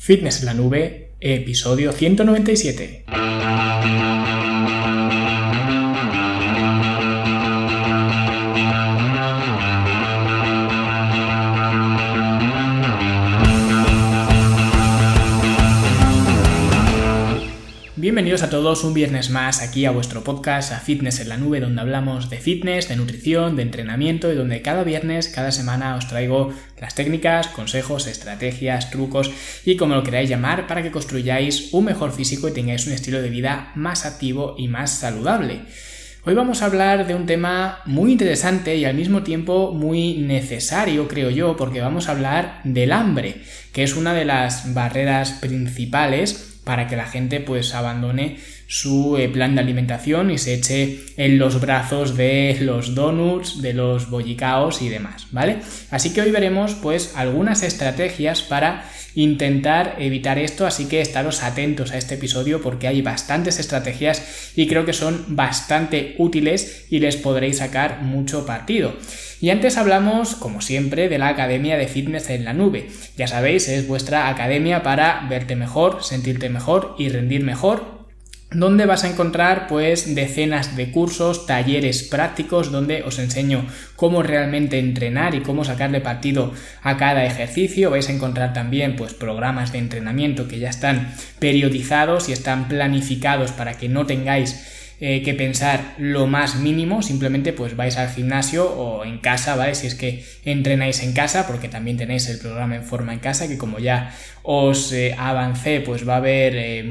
Fitness en la Nube, episodio 197. Bienvenidos a todos un viernes más aquí a vuestro podcast, a Fitness en la Nube, donde hablamos de fitness, de nutrición, de entrenamiento y donde cada viernes, cada semana os traigo las técnicas, consejos, estrategias, trucos y como lo queráis llamar para que construyáis un mejor físico y tengáis un estilo de vida más activo y más saludable. Hoy vamos a hablar de un tema muy interesante y al mismo tiempo muy necesario, creo yo, porque vamos a hablar del hambre, que es una de las barreras principales para que la gente pues abandone su plan de alimentación y se eche en los brazos de los donuts, de los bollicaos y demás, ¿vale? Así que hoy veremos pues algunas estrategias para intentar evitar esto, así que estaros atentos a este episodio porque hay bastantes estrategias y creo que son bastante útiles y les podréis sacar mucho partido. Y antes hablamos, como siempre, de la Academia de Fitness en la Nube. Ya sabéis, es vuestra academia para verte mejor, sentirte mejor y rendir mejor, donde vas a encontrar pues decenas de cursos, talleres prácticos donde os enseño cómo realmente entrenar y cómo sacarle partido a cada ejercicio. Vais a encontrar también pues programas de entrenamiento que ya están periodizados y están planificados para que no tengáis que pensar lo más mínimo, simplemente pues vais al gimnasio o en casa, ¿vale? Si es que entrenáis en casa, porque también tenéis el programa En Forma en Casa, que como ya os avancé, pues va a haber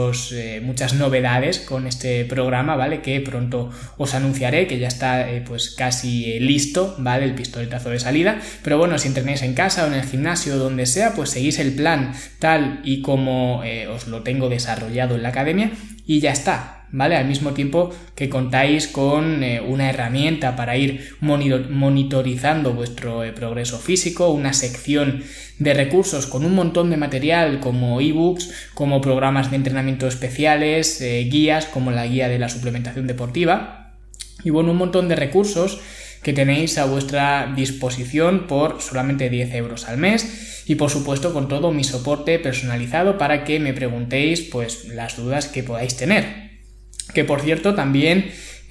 muchas novedades con este programa, ¿vale? Que pronto os anunciaré, que ya está pues casi listo, ¿vale? El pistoletazo de salida, pero bueno, si entrenáis en casa o en el gimnasio o donde sea, pues seguís el plan tal y como os lo tengo desarrollado en la academia y ya está, ¿vale? Al mismo tiempo que contáis con una herramienta para ir monitorizando vuestro progreso físico, una sección de recursos con un montón de material como ebooks, como programas de entrenamiento especiales, guías como la guía de la suplementación deportiva y bueno, un montón de recursos que tenéis a vuestra disposición por solamente 10 euros al mes y por supuesto con todo mi soporte personalizado para que me preguntéis pues las dudas que podáis tener. Que por cierto también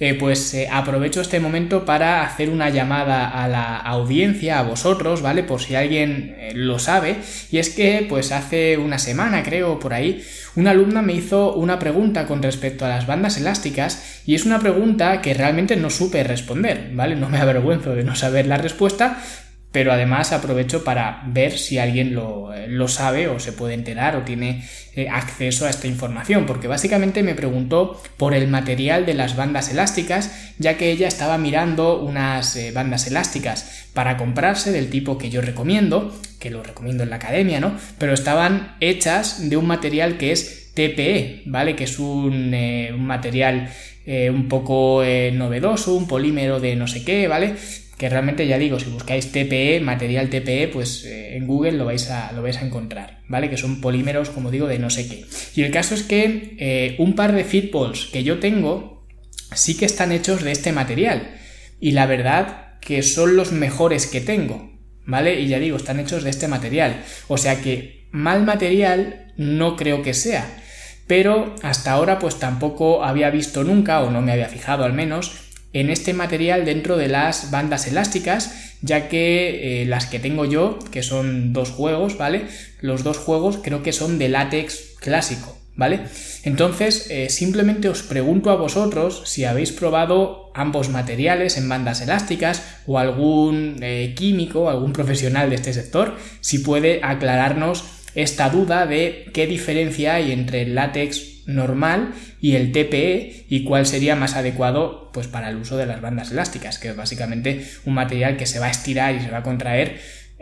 aprovecho este momento para hacer una llamada a la audiencia, a vosotros, ¿vale? Por si alguien lo sabe, y es que pues hace una semana creo por ahí una alumna me hizo una pregunta con respecto a las bandas elásticas y es una pregunta que realmente no supe responder, ¿vale? No me avergüenzo de no saber la respuesta, pero además aprovecho para ver si alguien lo sabe o se puede enterar o tiene acceso a esta información, porque básicamente me preguntó por el material de las bandas elásticas, ya que ella estaba mirando unas bandas elásticas para comprarse del tipo que yo recomiendo, que lo recomiendo en la academia, ¿no? Pero estaban hechas de un material que es TPE, ¿vale? Que es un material un poco novedoso, un polímero de no sé qué, ¿vale? Que realmente ya digo, si buscáis TPE, material TPE, pues en Google lo vais a encontrar, ¿vale? Que son polímeros, como digo, de no sé qué. Y el caso es que un par de Fitballs que yo tengo sí que están hechos de este material y la verdad que son los mejores que tengo, ¿vale? Y ya digo, están hechos de este material, o sea que mal material no creo que sea, pero hasta ahora pues tampoco había visto nunca, o no me había fijado al menos, en este material dentro de las bandas elásticas, ya que las que tengo yo, que son 2 juegos, ¿vale? Los 2 juegos creo que son de látex clásico, ¿vale? Entonces, simplemente os pregunto a vosotros si habéis probado ambos materiales en bandas elásticas o algún químico, algún profesional de este sector, si puede aclararnos esta duda de qué diferencia hay entre el látex normal y el TPE y cuál sería más adecuado pues para el uso de las bandas elásticas, que es básicamente un material que se va a estirar y se va a contraer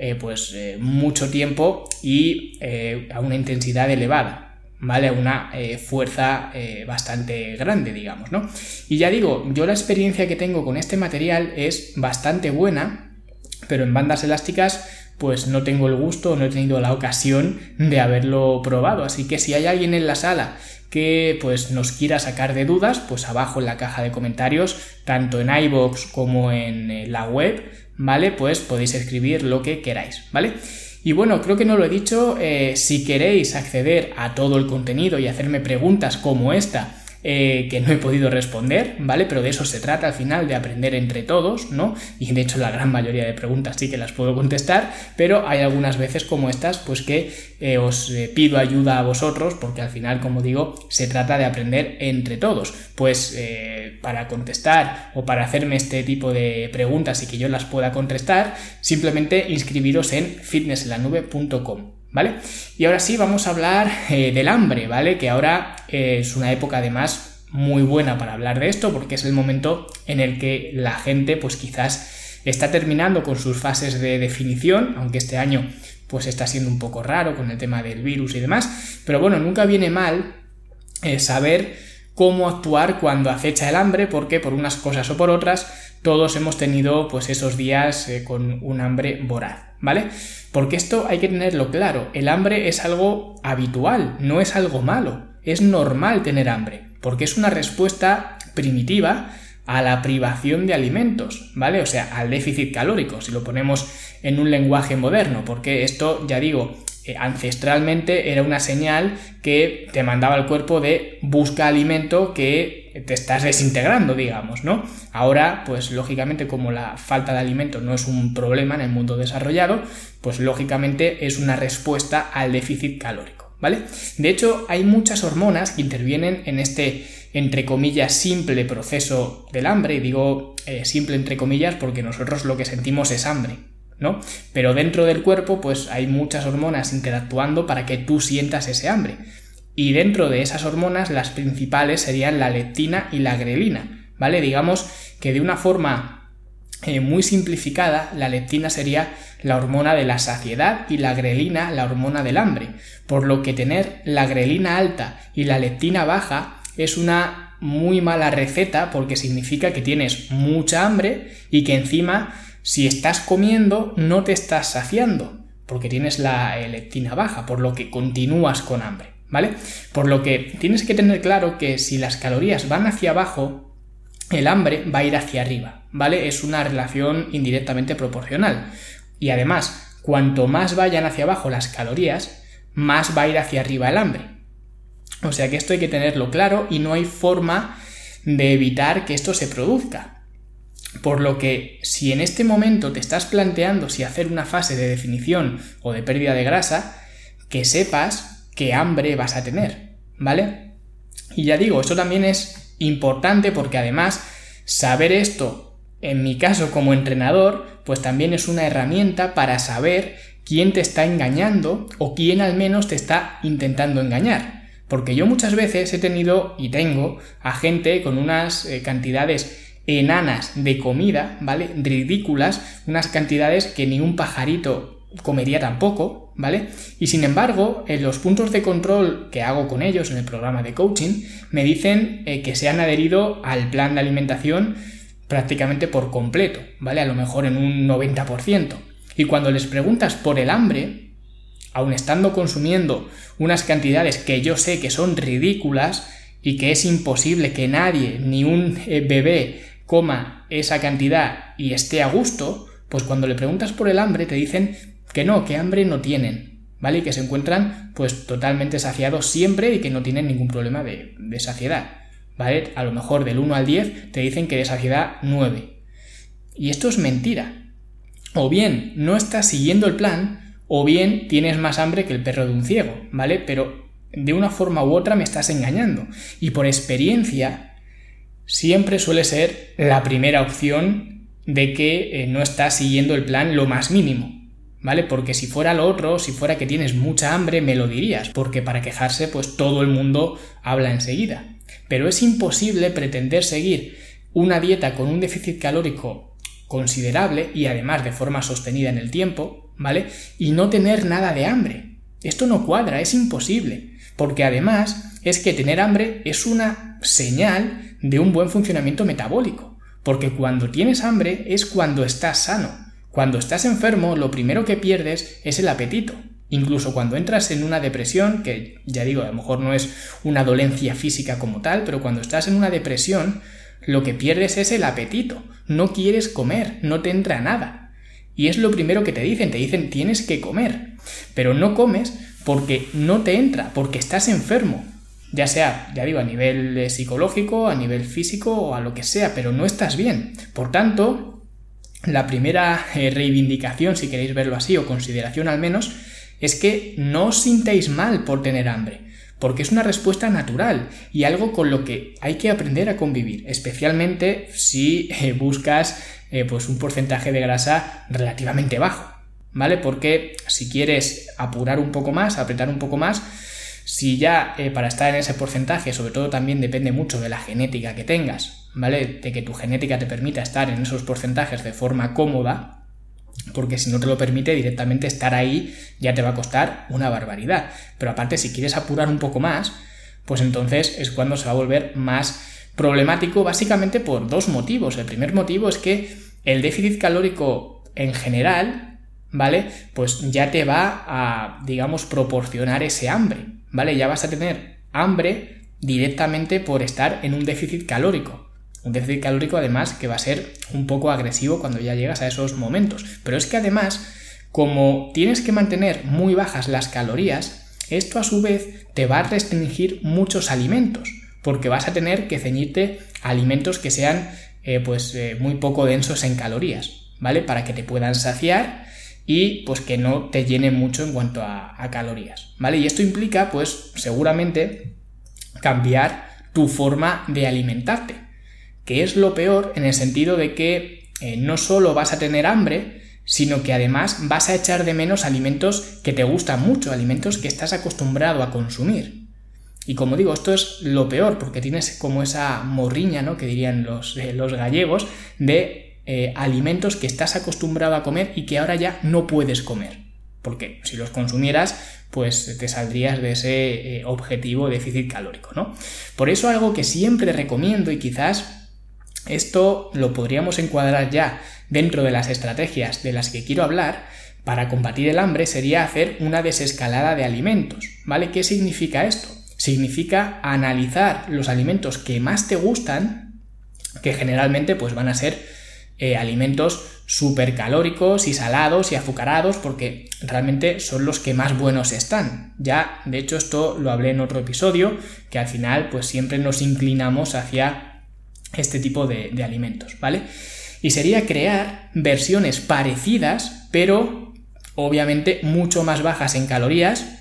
mucho tiempo y a una intensidad elevada, ¿vale? A una fuerza bastante grande, digamos, ¿no? Y ya digo, yo la experiencia que tengo con este material es bastante buena, pero en bandas elásticas pues no tengo el gusto, no he tenido la ocasión de haberlo probado, así que si hay alguien en la sala que pues nos quiera sacar de dudas, pues abajo en la caja de comentarios, tanto en iVoox como en la web, ¿vale? Pues podéis escribir lo que queráis, ¿vale? Y bueno, creo que no lo he dicho, si queréis acceder a todo el contenido y hacerme preguntas como esta, que no he podido responder, ¿vale? Pero de eso se trata al final, de aprender entre todos, ¿no? Y de hecho la gran mayoría de preguntas sí que las puedo contestar, pero hay algunas veces como estas, pues que os pido ayuda a vosotros, porque al final, como digo, se trata de aprender entre todos. Pues para contestar o para hacerme este tipo de preguntas y que yo las pueda contestar, simplemente inscribiros en fitnessenlanube.com. ¿Vale? Y ahora sí vamos a hablar del hambre, ¿vale? Que ahora es una época además muy buena para hablar de esto, porque es el momento en el que la gente pues quizás está terminando con sus fases de definición, aunque este año pues está siendo un poco raro con el tema del virus y demás, pero bueno, nunca viene mal saber cómo actuar cuando acecha el hambre, porque por unas cosas o por otras todos hemos tenido pues esos días con un hambre voraz, ¿vale? Porque esto hay que tenerlo claro, el hambre es algo habitual, no es algo malo, es normal tener hambre, porque es una respuesta primitiva a la privación de alimentos, ¿vale? O sea, al déficit calórico, si lo ponemos en un lenguaje moderno, porque esto, ya digo, ancestralmente era una señal que te mandaba el cuerpo de busca alimento que te estás desintegrando, digamos, ¿no? Ahora, pues lógicamente, como la falta de alimento no es un problema en el mundo desarrollado, pues lógicamente es una respuesta al déficit calórico, ¿vale? De hecho, hay muchas hormonas que intervienen en este, entre comillas, simple proceso del hambre, y digo simple entre comillas porque nosotros lo que sentimos es hambre, ¿no? Pero dentro del cuerpo pues hay muchas hormonas interactuando para que tú sientas ese hambre. Y dentro de esas hormonas las principales serían la leptina y la grelina, ¿vale? Digamos que de una forma muy simplificada, la leptina sería la hormona de la saciedad y la grelina la hormona del hambre, por lo que tener la grelina alta y la leptina baja es una muy mala receta, porque significa que tienes mucha hambre y que encima, si estás comiendo, no te estás saciando, porque tienes la leptina baja, por lo que continúas con hambre, ¿vale? Por lo que tienes que tener claro que si las calorías van hacia abajo, el hambre va a ir hacia arriba, ¿vale? Es una relación indirectamente proporcional. Y además, cuanto más vayan hacia abajo las calorías, más va a ir hacia arriba el hambre. O sea que esto hay que tenerlo claro y no hay forma de evitar que esto se produzca. Por lo que si en este momento te estás planteando si hacer una fase de definición o de pérdida de grasa, que sepas qué hambre vas a tener, ¿vale? Y ya digo, esto también es importante porque además saber esto, en mi caso como entrenador, pues también es una herramienta para saber quién te está engañando o quién al menos te está intentando engañar. Porque yo muchas veces he tenido y tengo a gente con unas cantidades enanas de comida, ¿vale? Ridículas, unas cantidades que ni un pajarito comería tampoco, ¿vale? Y sin embargo, en los puntos de control que hago con ellos en el programa de coaching, me dicen que se han adherido al plan de alimentación prácticamente por completo, ¿vale? A lo mejor en un 90%. Y cuando les preguntas por el hambre, aun estando consumiendo unas cantidades que yo sé que son ridículas y que es imposible que nadie, ni un bebé, coma esa cantidad y esté a gusto, pues cuando le preguntas por el hambre te dicen que no, que hambre no tienen, ¿vale? Y que se encuentran pues totalmente saciados siempre y que no tienen ningún problema de saciedad, ¿vale? A lo mejor del 1 al 10 te dicen que de saciedad 9. Y esto es mentira. O bien no estás siguiendo el plan, o bien tienes más hambre que el perro de un ciego, ¿vale? Pero de una forma u otra me estás engañando. Y por experiencia siempre suele ser la primera opción de que no estás siguiendo el plan lo más mínimo, ¿vale? Porque si fuera lo otro, si fuera que tienes mucha hambre, me lo dirías, porque para quejarse pues todo el mundo habla enseguida. Pero es imposible pretender seguir una dieta con un déficit calórico considerable y además de forma sostenida en el tiempo, ¿vale? Y no tener nada de hambre. Esto no cuadra, es imposible, porque además es que tener hambre es una señal de un buen funcionamiento metabólico, porque cuando tienes hambre es cuando estás sano. Cuando estás enfermo, lo primero que pierdes es el apetito. Incluso cuando entras en una depresión, que ya digo, a lo mejor no es una dolencia física como tal, pero cuando estás en una depresión, lo que pierdes es el apetito. No quieres comer, no te entra nada. Y es lo primero que te dicen tienes que comer, pero no comes porque no te entra, porque estás enfermo, ya sea, ya digo, a nivel psicológico, a nivel físico o a lo que sea, pero no estás bien. Por tanto, la primera reivindicación, si queréis verlo así, o consideración al menos, es que no os sintáis mal por tener hambre, porque es una respuesta natural y algo con lo que hay que aprender a convivir, especialmente si buscas pues un porcentaje de grasa relativamente bajo, ¿vale? Porque si quieres apurar un poco más, apretar un poco más, si ya para estar en ese porcentaje, sobre todo también depende mucho de la genética que tengas, ¿vale? De que tu genética te permita estar en esos porcentajes de forma cómoda, porque si no te lo permite, directamente estar ahí ya te va a costar una barbaridad. Pero aparte, si quieres apurar un poco más, pues entonces es cuando se va a volver más problemático, básicamente por dos motivos. El primer motivo es que el déficit calórico en general, ¿vale? Pues ya te va a, digamos, proporcionar ese hambre, ¿vale? Ya vas a tener hambre directamente por estar en un déficit calórico. Un déficit calórico además que va a ser un poco agresivo cuando ya llegas a esos momentos. Pero es que además, como tienes que mantener muy bajas las calorías, esto a su vez te va a restringir muchos alimentos, porque vas a tener que ceñirte a alimentos que sean muy poco densos en calorías, ¿vale? Para que te puedan saciar y pues que no te llene mucho en cuanto a calorías, ¿vale? Y esto implica pues seguramente cambiar tu forma de alimentarte, que es lo peor en el sentido de que no solo vas a tener hambre, sino que además vas a echar de menos alimentos que te gustan mucho, alimentos que estás acostumbrado a consumir. Y como digo, esto es lo peor, porque tienes como esa morriña, ¿no?, que dirían los gallegos, de alimentos que estás acostumbrado a comer y que ahora ya no puedes comer. Porque si los consumieras, pues te saldrías de ese objetivo déficit calórico, ¿no? Por eso algo que siempre recomiendo, y quizás esto lo podríamos encuadrar ya dentro de las estrategias de las que quiero hablar para combatir el hambre, sería hacer una desescalada de alimentos, ¿vale? ¿Qué significa esto? Significa analizar los alimentos que más te gustan, que generalmente pues van a ser alimentos supercalóricos y salados y azucarados, porque realmente son los que más buenos están. Ya, de hecho, esto lo hablé en otro episodio, que al final pues siempre nos inclinamos hacia este tipo de alimentos, ¿vale? Y sería crear versiones parecidas, pero obviamente mucho más bajas en calorías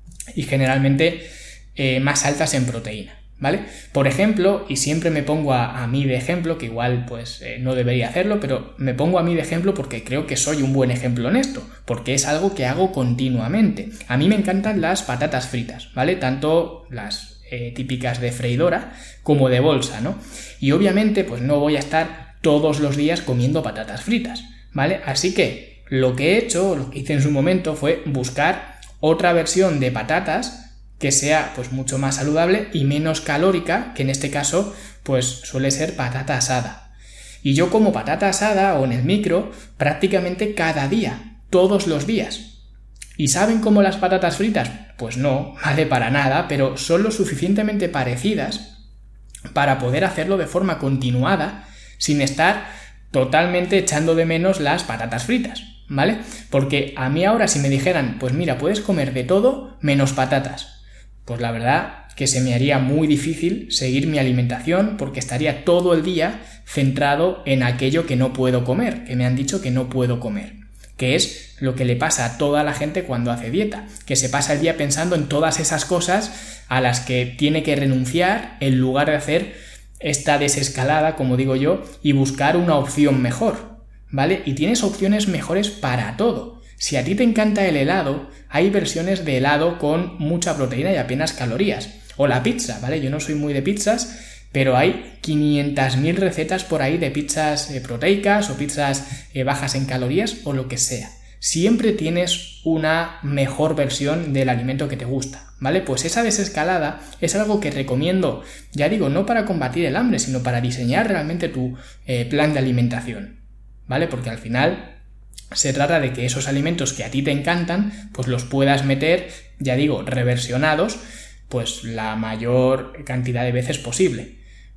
y generalmente más altas en proteína, ¿vale? Por ejemplo, y siempre me pongo a mí de ejemplo, que igual pues no debería hacerlo, pero me pongo a mí de ejemplo porque creo que soy un buen ejemplo en esto, porque es algo que hago continuamente. A mí me encantan las patatas fritas, ¿vale? Tanto las típicas de freidora como de bolsa, ¿no? Y obviamente pues no voy a estar todos los días comiendo patatas fritas, ¿vale? Así que lo que he hecho, lo que hice en su momento fue buscar otra versión de patatas que sea pues mucho más saludable y menos calórica, que en este caso pues suele ser patata asada. Y yo como patata asada o en el micro prácticamente cada día, todos los días. ¿Y saben cómo las patatas fritas? Pues no, vale para nada, pero son lo suficientemente parecidas para poder hacerlo de forma continuada sin estar totalmente echando de menos las patatas fritas, ¿vale? Porque a mí ahora si me dijeran, pues mira, puedes comer de todo menos patatas, pues la verdad que se me haría muy difícil seguir mi alimentación porque estaría todo el día centrado en aquello que no puedo comer, que me han dicho que no puedo comer, que es lo que le pasa a toda la gente cuando hace dieta, que se pasa el día pensando en todas esas cosas a las que tiene que renunciar en lugar de hacer esta desescalada, como digo yo, y buscar una opción mejor, ¿vale? Y tienes opciones mejores para todo. Si a ti te encanta el helado, hay versiones de helado con mucha proteína y apenas calorías. O la pizza, ¿vale? Yo no soy muy de pizzas, pero hay 500.000 recetas por ahí de pizzas proteicas o pizzas bajas en calorías o lo que sea. Siempre tienes una mejor versión del alimento que te gusta, ¿vale? Pues esa desescalada es algo que recomiendo, ya digo, no para combatir el hambre, sino para diseñar realmente tu plan de alimentación, ¿vale? Porque al final se trata de que esos alimentos que a ti te encantan, pues los puedas meter, ya digo, reversionados, pues la mayor cantidad de veces posible.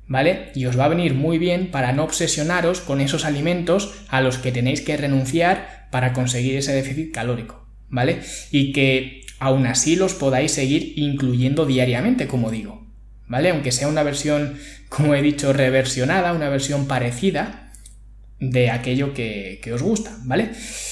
¿vale? Y os va a venir muy bien para no obsesionaros con esos alimentos a los que tenéis que renunciar para conseguir ese déficit calórico, ¿vale? Y que aún así los podáis seguir incluyendo diariamente, como digo, ¿vale? Aunque sea una versión, como he dicho, reversionada, una versión parecida de aquello que os gusta, ¿vale?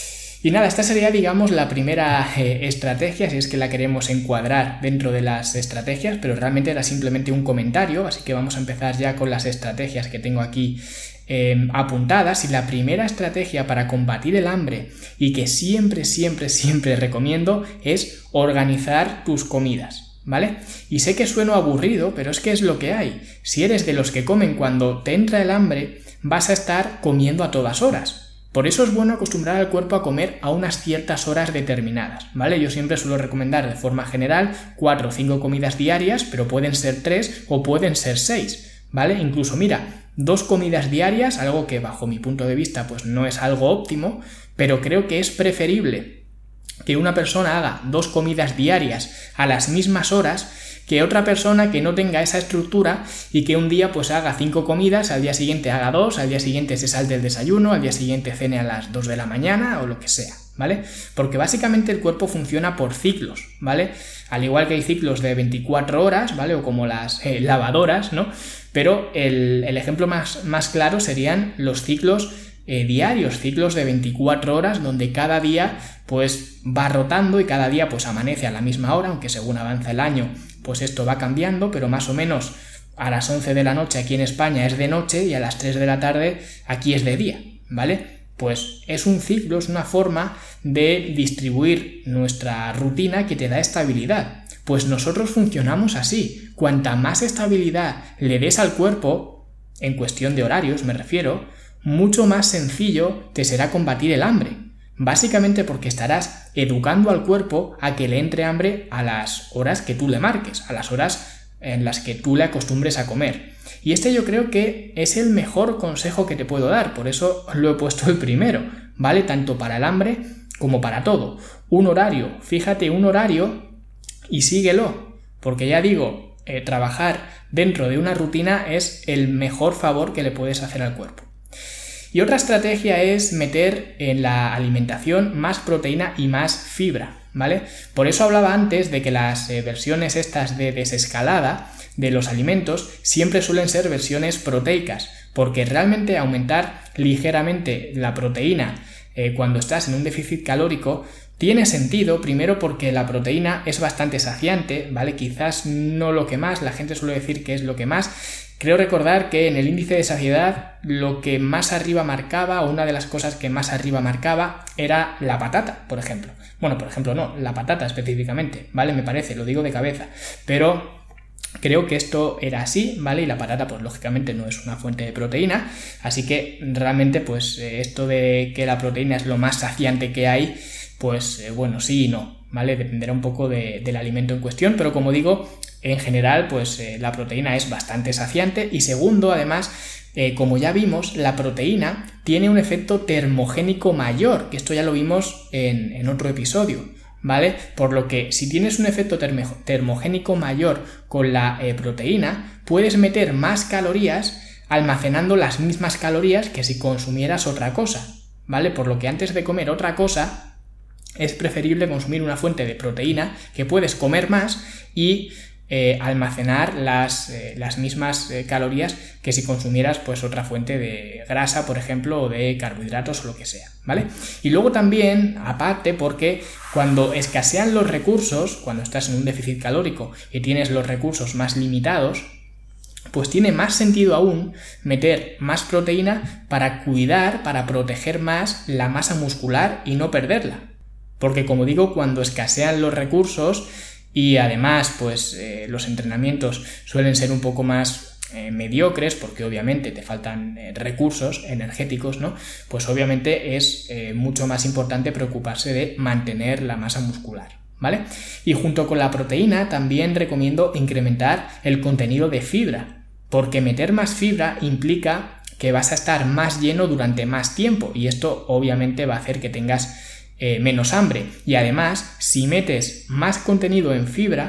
Y nada, esta sería, digamos, la primera estrategia, si es que la queremos encuadrar dentro de las estrategias, pero realmente era simplemente un comentario, así que vamos a empezar ya con las estrategias que tengo aquí apuntadas. Y la primera estrategia para combatir el hambre, y que siempre recomiendo, es organizar tus comidas, ¿vale? Y sé que sueno aburrido, pero es que es lo que hay. Si eres de los que comen cuando te entra el hambre, vas a estar comiendo a todas horas. Por eso es bueno acostumbrar al cuerpo a comer a unas ciertas horas determinadas, ¿vale? Yo siempre suelo recomendar de forma general 4 o 5 comidas diarias, pero pueden ser 3 o pueden ser 6, ¿vale? Incluso, mira, 2 comidas diarias, algo que bajo mi punto de vista pues no es algo óptimo, pero creo que es preferible que una persona haga 2 comidas diarias a las mismas horas que otra persona que no tenga esa estructura y que un día pues haga 5 comidas, al día siguiente haga 2, al día siguiente se salte el desayuno, al día siguiente cene a las 2 de la mañana o lo que sea, ¿vale? Porque básicamente el cuerpo funciona por ciclos, ¿vale? Al igual que hay ciclos de 24 horas, ¿vale? O como las lavadoras, ¿no? Pero el ejemplo más claro serían los ciclos diarios, ciclos de 24 horas, donde cada día pues va rotando y cada día pues amanece a la misma hora, aunque según avanza el año pues esto va cambiando, pero más o menos a las 11 de la noche aquí en España es de noche y a las 3 de la tarde aquí es de día, ¿vale? Pues es un ciclo, es una forma de distribuir nuestra rutina que te da estabilidad. Pues nosotros funcionamos así. Cuanta más estabilidad le des al cuerpo, en cuestión de horarios me refiero, mucho más sencillo te será combatir el hambre. Básicamente porque estarás educando al cuerpo a que le entre hambre a las horas que tú le marques, a las horas en las que tú le acostumbres a comer. Y este yo creo que es el mejor consejo que te puedo dar, por eso lo he puesto el primero, ¿vale? Tanto para el hambre como para todo. Un horario, fíjate un horario y síguelo, porque ya digo, trabajar dentro de una rutina es el mejor favor que le puedes hacer al cuerpo. Y otra estrategia es meter en la alimentación más proteína y más fibra, ¿vale? Por eso hablaba antes de que las versiones estas de desescalada de los alimentos siempre suelen ser versiones proteicas, porque realmente aumentar ligeramente la proteína cuando estás en un déficit calórico tiene sentido, primero porque la proteína es bastante saciante, ¿vale? Quizás no lo que más, la gente suele decir que es lo que más. Creo recordar que en el índice de saciedad lo que más arriba marcaba, o una de las cosas que más arriba marcaba, era la patata, por ejemplo. Bueno, por ejemplo no, la patata específicamente, ¿vale? Me parece, lo digo de cabeza, pero creo que esto era así, ¿vale? Y la patata, pues lógicamente no es una fuente de proteína, así que realmente, pues esto de que la proteína es lo más saciante que hay, pues bueno, sí y no, ¿vale? Dependerá un poco del alimento en cuestión, pero como digo, en general, pues la proteína es bastante saciante. Y segundo, además, como ya vimos, la proteína tiene un efecto termogénico mayor, que esto ya lo vimos en otro episodio, ¿vale? Por lo que si tienes un efecto termogénico mayor con la proteína, puedes meter más calorías almacenando las mismas calorías que si consumieras otra cosa, ¿vale? Por lo que antes de comer otra cosa, es preferible consumir una fuente de proteína que puedes comer más y almacenar las mismas calorías que si consumieras pues otra fuente de grasa, por ejemplo, o de carbohidratos o lo que sea, ¿vale? Y luego también, aparte, porque cuando escasean los recursos, cuando estás en un déficit calórico y tienes los recursos más limitados, pues tiene más sentido aún meter más proteína para cuidar, para proteger más la masa muscular y no perderla. Porque como digo, cuando escasean los recursos y además pues los entrenamientos suelen ser un poco más mediocres, porque obviamente te faltan recursos energéticos, ¿no? Pues obviamente es mucho más importante preocuparse de mantener la masa muscular, ¿vale? Y junto con la proteína también recomiendo incrementar el contenido de fibra, porque meter más fibra implica que vas a estar más lleno durante más tiempo y esto obviamente va a hacer que tengas menos hambre. Y además, si metes más contenido en fibra,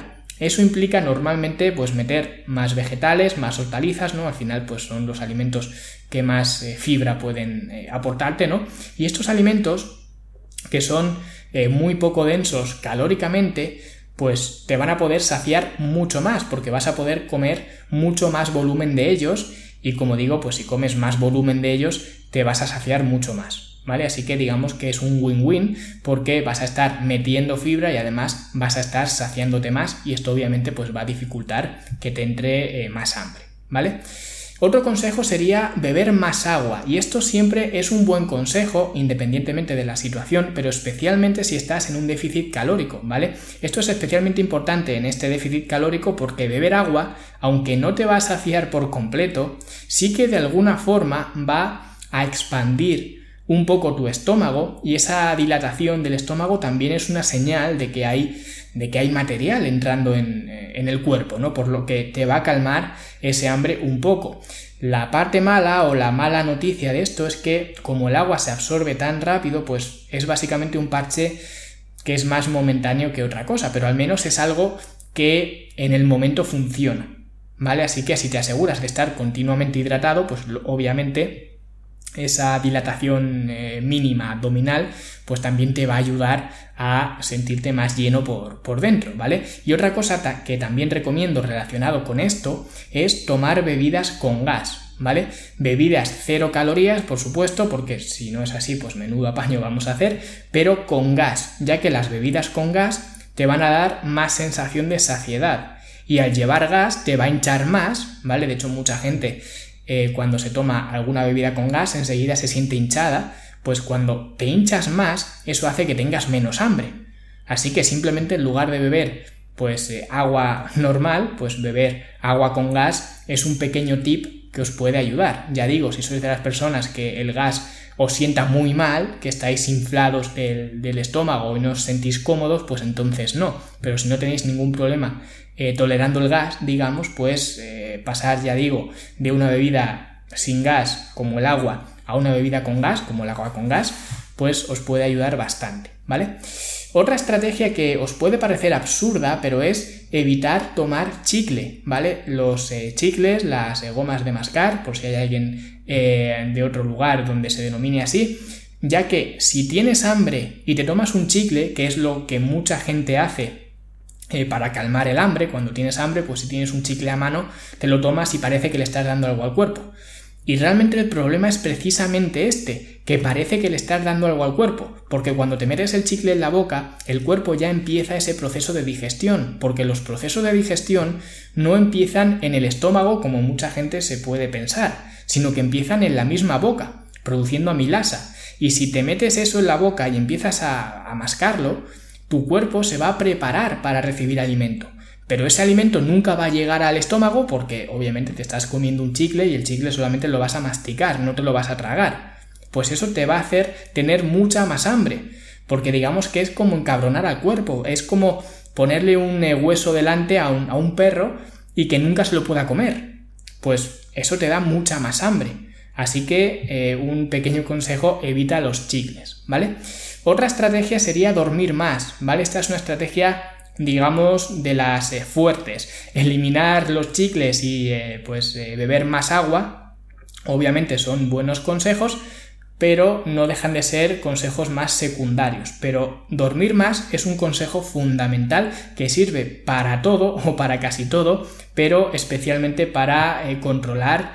Eso implica normalmente pues meter más vegetales, más hortalizas, ¿no? Al final pues son los alimentos que más fibra pueden aportarte, ¿no? Y estos alimentos que son muy poco densos calóricamente, pues te van a poder saciar mucho más, porque vas a poder comer mucho más volumen de ellos, y como digo, pues si comes más volumen de ellos, te vas a saciar mucho más, ¿vale? Así que digamos que es un win-win, porque vas a estar metiendo fibra y además vas a estar saciándote más, y esto obviamente pues va a dificultar que te entre más hambre, ¿vale? Otro consejo sería beber más agua, y esto siempre es un buen consejo independientemente de la situación, pero especialmente si estás en un déficit calórico, ¿vale? Esto es especialmente importante en este déficit calórico porque beber agua, aunque no te va a saciar por completo, sí que de alguna forma va a expandir un poco tu estómago, y esa dilatación del estómago también es una señal de que hay material entrando en el cuerpo, ¿no? Por lo que te va a calmar ese hambre un poco. La parte mala o la mala noticia de esto es que como el agua se absorbe tan rápido, pues es básicamente un parche que es más momentáneo que otra cosa, pero al menos es algo que en el momento funciona, ¿vale? Así que si te aseguras de estar continuamente hidratado, pues obviamente esa dilatación mínima abdominal pues también te va a ayudar a sentirte más lleno por dentro, ¿vale? Y otra cosa que también recomiendo relacionado con esto es tomar bebidas con gas, ¿vale? Bebidas 0 calorías, por supuesto, porque si no es así, pues menudo apaño vamos a hacer, pero con gas, ya que las bebidas con gas te van a dar más sensación de saciedad, y al llevar gas te va a hinchar más, ¿vale? De hecho, mucha gente cuando se toma alguna bebida con gas enseguida se siente hinchada, pues cuando te hinchas más eso hace que tengas menos hambre. Así que simplemente en lugar de beber pues agua normal, pues beber agua con gas es un pequeño tip que os puede ayudar. Ya digo, si sois de las personas que el gas os sienta muy mal, que estáis inflados del estómago y no os sentís cómodos, pues entonces no. Pero si no tenéis ningún problema tolerando el gas, digamos, pues pasar, ya digo, de una bebida sin gas como el agua a una bebida con gas como el agua con gas, pues os puede ayudar bastante, ¿vale? Otra estrategia que os puede parecer absurda, pero es evitar tomar chicle, ¿vale? Los chicles, las gomas de mascar, por si hay alguien de otro lugar donde se denomine así, ya que si tienes hambre y te tomas un chicle, que es lo que mucha gente hace para calmar el hambre, cuando tienes hambre, pues si tienes un chicle a mano, te lo tomas y parece que le estás dando algo al cuerpo. Y realmente el problema es precisamente este, que parece que le estás dando algo al cuerpo, porque cuando te metes el chicle en la boca, el cuerpo ya empieza ese proceso de digestión, porque los procesos de digestión no empiezan en el estómago como mucha gente se puede pensar, sino que empiezan en la misma boca, produciendo amilasa. Y si te metes eso en la boca y empiezas a mascarlo, tu cuerpo se va a preparar para recibir alimento. Pero ese alimento nunca va a llegar al estómago porque obviamente te estás comiendo un chicle y el chicle solamente lo vas a masticar, no te lo vas a tragar. Pues eso te va a hacer tener mucha más hambre, porque digamos que es como encabronar al cuerpo, es como ponerle un hueso delante a un perro y que nunca se lo pueda comer. Pues eso te da mucha más hambre. Así que un pequeño consejo, evita los chicles, ¿vale? Otra estrategia sería dormir más, ¿vale? Esta es una estrategia, digamos, de las fuertes. Eliminar los chicles y beber más agua, obviamente son buenos consejos, pero no dejan de ser consejos más secundarios. Pero dormir más es un consejo fundamental que sirve para todo o para casi todo, pero especialmente para controlar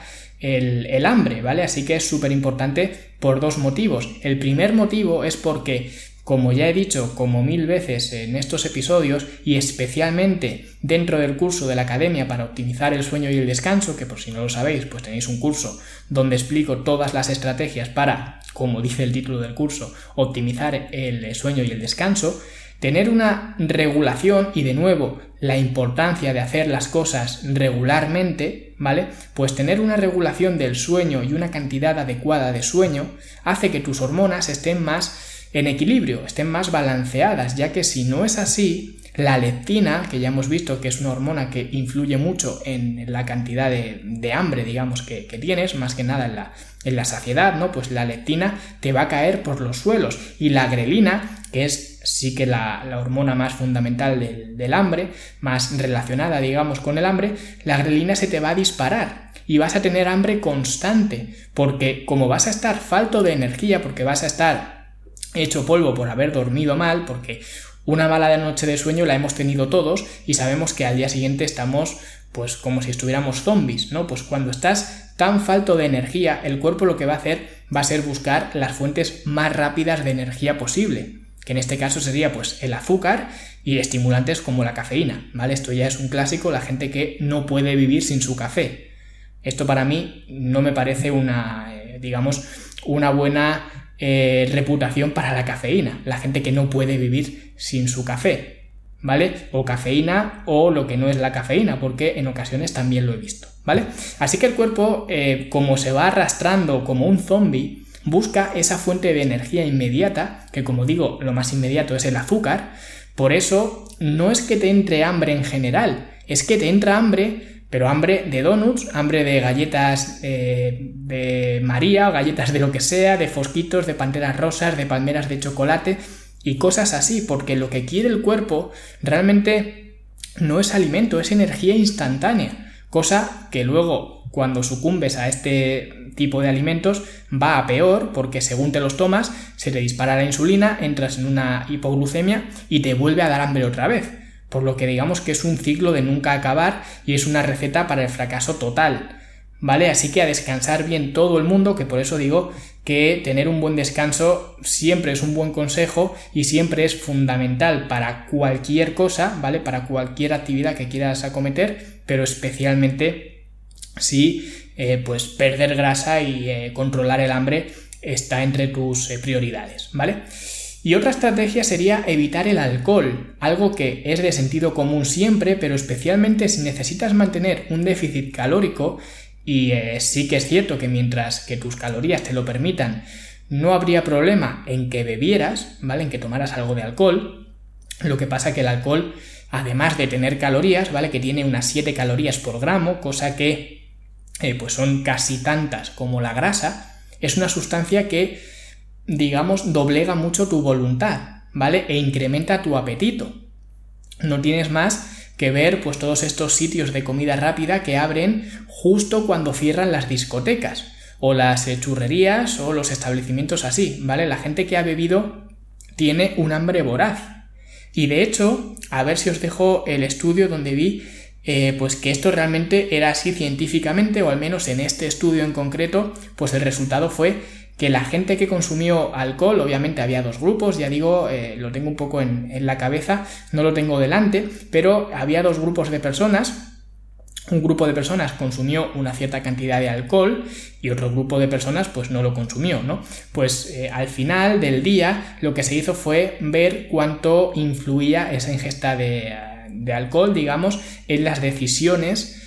el hambre, ¿vale? Así que es súper importante por dos motivos. El primer motivo es porque, como ya he dicho como 1000 veces en estos episodios, y especialmente dentro del curso de la Academia para optimizar el sueño y el descanso, que por si no lo sabéis, pues tenéis un curso donde explico todas las estrategias para, como dice el título del curso, optimizar el sueño y el descanso. Tener una regulación, y de nuevo la importancia de hacer las cosas regularmente, ¿vale? Pues tener una regulación del sueño y una cantidad adecuada de sueño hace que tus hormonas estén más en equilibrio, estén más balanceadas, ya que si no es así, la leptina, que ya hemos visto que es una hormona que influye mucho en la cantidad de hambre, digamos, que tienes, más que nada en la saciedad, ¿no? Pues la leptina te va a caer por los suelos, y la grelina, que es sí que la hormona más fundamental del hambre, más relacionada, digamos, con el hambre, la grelina se te va a disparar y vas a tener hambre constante, porque como vas a estar falto de energía, porque vas a estar hecho polvo por haber dormido mal, porque una mala noche de sueño la hemos tenido todos y sabemos que al día siguiente estamos pues como si estuviéramos zombies, ¿no? Pues cuando estás tan falto de energía, el cuerpo lo que va a hacer va a ser buscar las fuentes más rápidas de energía posible, que en este caso sería pues el azúcar y estimulantes como la cafeína, ¿vale? Esto ya es un clásico, la gente que no puede vivir sin su café. Esto para mí no me parece una buena reputación para la cafeína, la gente que no puede vivir sin su café, ¿vale? O cafeína o lo que no es la cafeína, porque en ocasiones también lo he visto, ¿vale? Así que el cuerpo, como se va arrastrando como un zombie, busca esa fuente de energía inmediata, que como digo, lo más inmediato es el azúcar. Por eso no es que te entre hambre en general, es que te entra hambre, pero hambre de donuts, hambre de galletas de María o galletas de lo que sea, de fosquitos, de panteras rosas, de palmeras de chocolate y cosas así, porque lo que quiere el cuerpo realmente no es alimento, es energía instantánea, cosa que luego cuando sucumbes a este tipo de alimentos va a peor, porque según te los tomas se te dispara la insulina, entras en una hipoglucemia y te vuelve a dar hambre otra vez. Por lo que digamos que es un ciclo de nunca acabar y es una receta para el fracaso total, ¿vale? Así que a descansar bien todo el mundo, que por eso digo que tener un buen descanso siempre es un buen consejo y siempre es fundamental para cualquier cosa, ¿vale? Para cualquier actividad que quieras acometer, pero especialmente si pues perder grasa y controlar el hambre está entre tus prioridades, ¿vale? Y otra estrategia sería evitar el alcohol, algo que es de sentido común siempre, pero especialmente si necesitas mantener un déficit calórico, y sí que es cierto que mientras que tus calorías te lo permitan, no habría problema en que bebieras, ¿vale? En que tomaras algo de alcohol. Lo que pasa que el alcohol, además de tener calorías, ¿vale? Que tiene unas 7 calorías por gramo, cosa que pues son casi tantas como la grasa, es una sustancia que, digamos, doblega mucho tu voluntad, ¿vale? E incrementa tu apetito. No tienes más que ver pues todos estos sitios de comida rápida que abren justo cuando cierran las discotecas o las churrerías o los establecimientos así, ¿vale? La gente que ha bebido tiene un hambre voraz. Y de hecho, a ver si os dejo el estudio donde vi pues que esto realmente era así científicamente, o al menos en este estudio en concreto, pues el resultado fue que la gente que consumió alcohol, obviamente había 2 grupos, ya digo, lo tengo un poco en la cabeza, no lo tengo delante, pero había 2 grupos de personas. Un grupo de personas consumió una cierta cantidad de alcohol y otro grupo de personas pues no lo consumió, ¿no? Pues al final del día lo que se hizo fue ver cuánto influía esa ingesta de alcohol, digamos, en las decisiones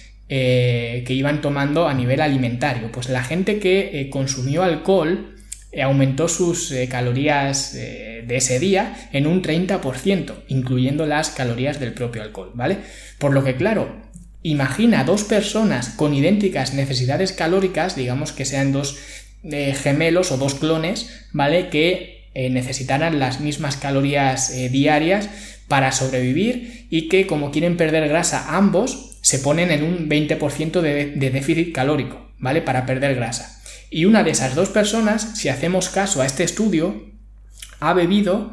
que iban tomando a nivel alimentario. Pues la gente que consumió alcohol aumentó sus calorías de ese día en un 30%, incluyendo las calorías del propio alcohol, ¿vale? Por lo que, claro, imagina 2 personas con idénticas necesidades calóricas, digamos que sean 2 gemelos o 2 clones, ¿vale? Que necesitaran las mismas calorías diarias para sobrevivir y que, como quieren perder grasa ambos, se ponen en un 20% de déficit calórico, ¿vale? Para perder grasa. Y una de esas 2 personas, si hacemos caso a este estudio, ha bebido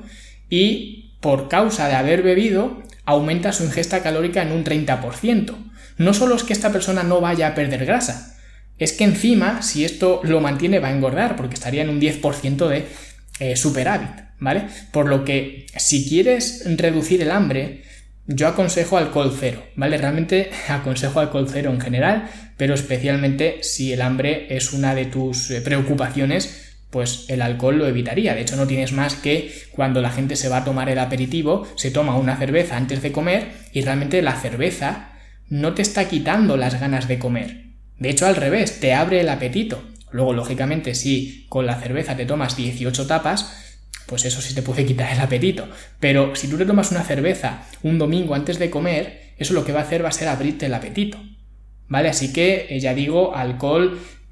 y por causa de haber bebido aumenta su ingesta calórica en un 30%. No solo es que esta persona no vaya a perder grasa, es que encima, si esto lo mantiene, va a engordar, porque estaría en un 10% de superávit, ¿vale? Por lo que, si quieres reducir el hambre, yo aconsejo alcohol cero, ¿vale? Realmente aconsejo alcohol cero en general, pero especialmente si el hambre es una de tus preocupaciones, pues el alcohol lo evitaría. De hecho, no tienes más que cuando la gente se va a tomar el aperitivo, se toma una cerveza antes de comer y realmente la cerveza no te está quitando las ganas de comer. De hecho, al revés, te abre el apetito. Luego, lógicamente, si con la cerveza te tomas 18 tapas, pues eso sí te puede quitar el apetito. Pero si tú te tomas una cerveza un domingo antes de comer, eso lo que va a hacer va a ser abrirte el apetito, ¿vale? Así que, ya digo, alcohol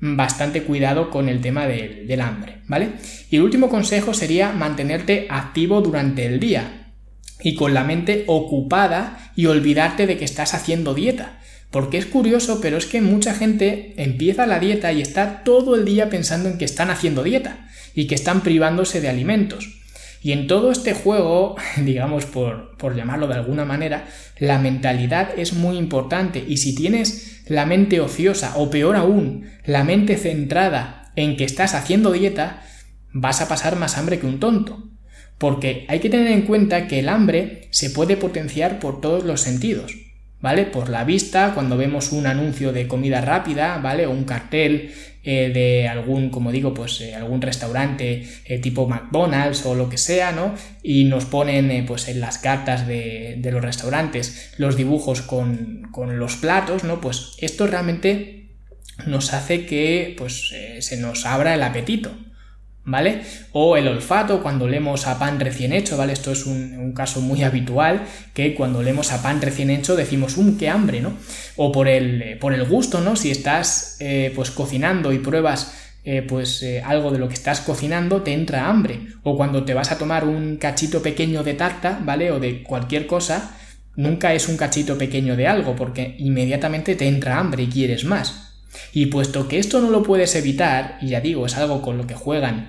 bastante cuidado con el tema del hambre, ¿vale? Y el último consejo sería mantenerte activo durante el día y con la mente ocupada y olvidarte de que estás haciendo dieta. Porque es curioso, pero es que mucha gente empieza la dieta y está todo el día pensando en que están haciendo dieta y que están privándose de alimentos. Y en todo este juego, digamos por llamarlo de alguna manera, la mentalidad es muy importante. Y si tienes la mente ociosa o peor aún, la mente centrada en que estás haciendo dieta, vas a pasar más hambre que un tonto. Porque hay que tener en cuenta que el hambre se puede potenciar por todos los sentidos, ¿vale? Por la vista, cuando vemos un anuncio de comida rápida, ¿vale? O un cartel de algún, como digo, pues algún restaurante tipo McDonald's o lo que sea, ¿no? Y nos ponen pues en las cartas de los restaurantes los dibujos con los platos, ¿no? Pues esto realmente nos hace que pues se nos abra el apetito, ¿vale? O el olfato cuando olemos a pan recién hecho, ¿vale? Esto es un caso muy habitual, que cuando olemos a pan recién hecho decimos ¡qué hambre!, ¿no? O por el gusto, ¿no? Si estás pues cocinando y pruebas algo de lo que estás cocinando, te entra hambre. O cuando te vas a tomar un cachito pequeño de tarta, ¿vale? O de cualquier cosa, nunca es un cachito pequeño de algo, porque inmediatamente te entra hambre y quieres más. Y puesto que esto no lo puedes evitar, y ya digo, es algo con lo que juegan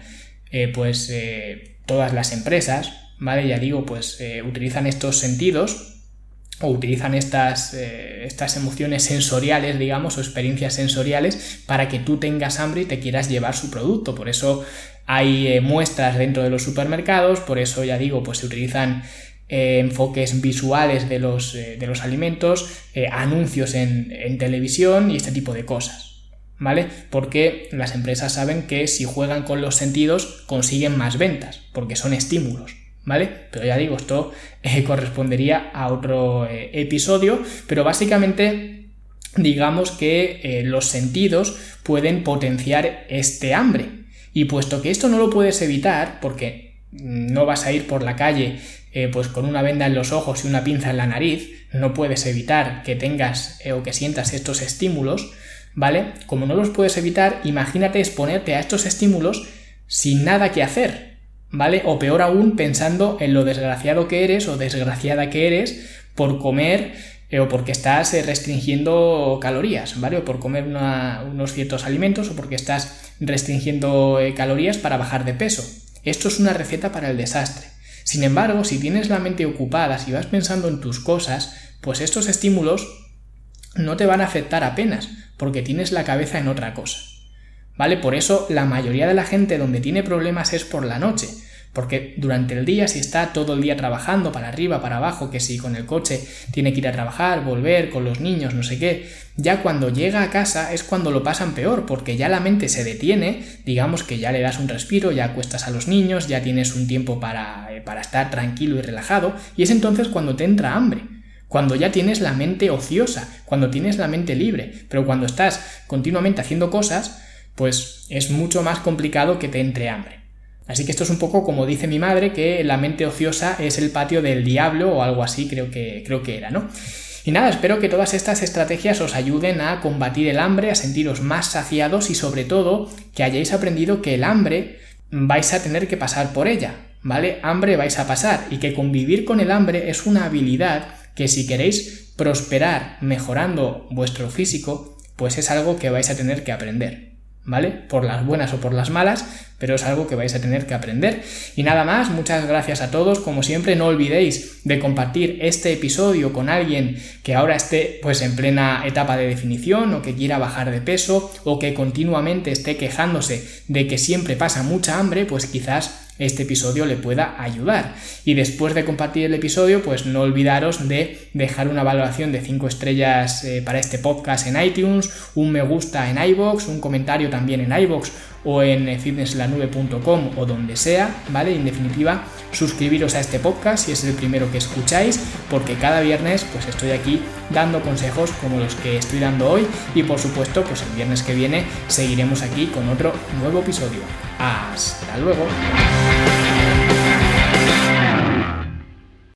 todas las empresas, ¿vale? Ya digo, utilizan estos sentidos o utilizan estas emociones sensoriales, digamos, o experiencias sensoriales para que tú tengas hambre y te quieras llevar su producto. Por eso hay muestras dentro de los supermercados, por eso ya digo, pues se utilizan enfoques visuales de los alimentos, anuncios en televisión y este tipo de cosas, ¿vale? Porque las empresas saben que si juegan con los sentidos consiguen más ventas, porque son estímulos, ¿vale? Pero ya digo, esto correspondería a otro episodio, pero básicamente digamos que los sentidos pueden potenciar este hambre. Y puesto que esto no lo puedes evitar, porque no vas a ir por la calle pues con una venda en los ojos y una pinza en la nariz, no puedes evitar que tengas o que sientas estos estímulos, ¿vale? Como no los puedes evitar, imagínate exponerte a estos estímulos sin nada que hacer, ¿vale? O peor aún, pensando en lo desgraciado que eres o desgraciada que eres por comer o porque estás restringiendo calorías, ¿vale? O por comer unos ciertos alimentos o porque estás restringiendo calorías para bajar de peso. Esto es una receta para el desastre. Sin embargo, si tienes la mente ocupada, si vas pensando en tus cosas, pues estos estímulos no te van a afectar apenas, porque tienes la cabeza en otra cosa, ¿vale? Por eso la mayoría de la gente donde tiene problemas es por la noche, porque durante el día, si está todo el día trabajando para arriba, para abajo, que si con el coche tiene que ir a trabajar, volver, con los niños, no sé qué, ya cuando llega a casa es cuando lo pasan peor, porque ya la mente se detiene, digamos que ya le das un respiro, ya acuestas a los niños, ya tienes un tiempo para estar tranquilo y relajado, y es entonces cuando te entra hambre. Cuando ya tienes la mente ociosa, cuando tienes la mente libre, pero cuando estás continuamente haciendo cosas, pues es mucho más complicado que te entre hambre. Así que esto es un poco como dice mi madre, que la mente ociosa es el patio del diablo o algo así, creo que era, ¿no? Y nada, espero que todas estas estrategias os ayuden a combatir el hambre, a sentiros más saciados y sobre todo que hayáis aprendido que el hambre vais a tener que pasar por ella, ¿vale? Hambre vais a pasar y que convivir con el hambre es una habilidad que si queréis prosperar mejorando vuestro físico, pues es algo que vais a tener que aprender, ¿vale? Por las buenas o por las malas, pero es algo que vais a tener que aprender. Y nada más, muchas gracias a todos. Como siempre, no olvidéis de compartir este episodio con alguien que ahora esté pues en plena etapa de definición o que quiera bajar de peso o que continuamente esté quejándose de que siempre pasa mucha hambre, pues quizás este episodio le pueda ayudar. Y después de compartir el episodio, pues no olvidaros de dejar una valoración de 5 estrellas para este podcast en iTunes, un me gusta en iVoox, un comentario también en iVoox o en fitnesslanube.com o donde sea, ¿vale? En definitiva, suscribiros a este podcast si es el primero que escucháis, porque cada viernes pues estoy aquí dando consejos como los que estoy dando hoy y por supuesto pues el viernes que viene seguiremos aquí con otro nuevo episodio. ¡Hasta luego!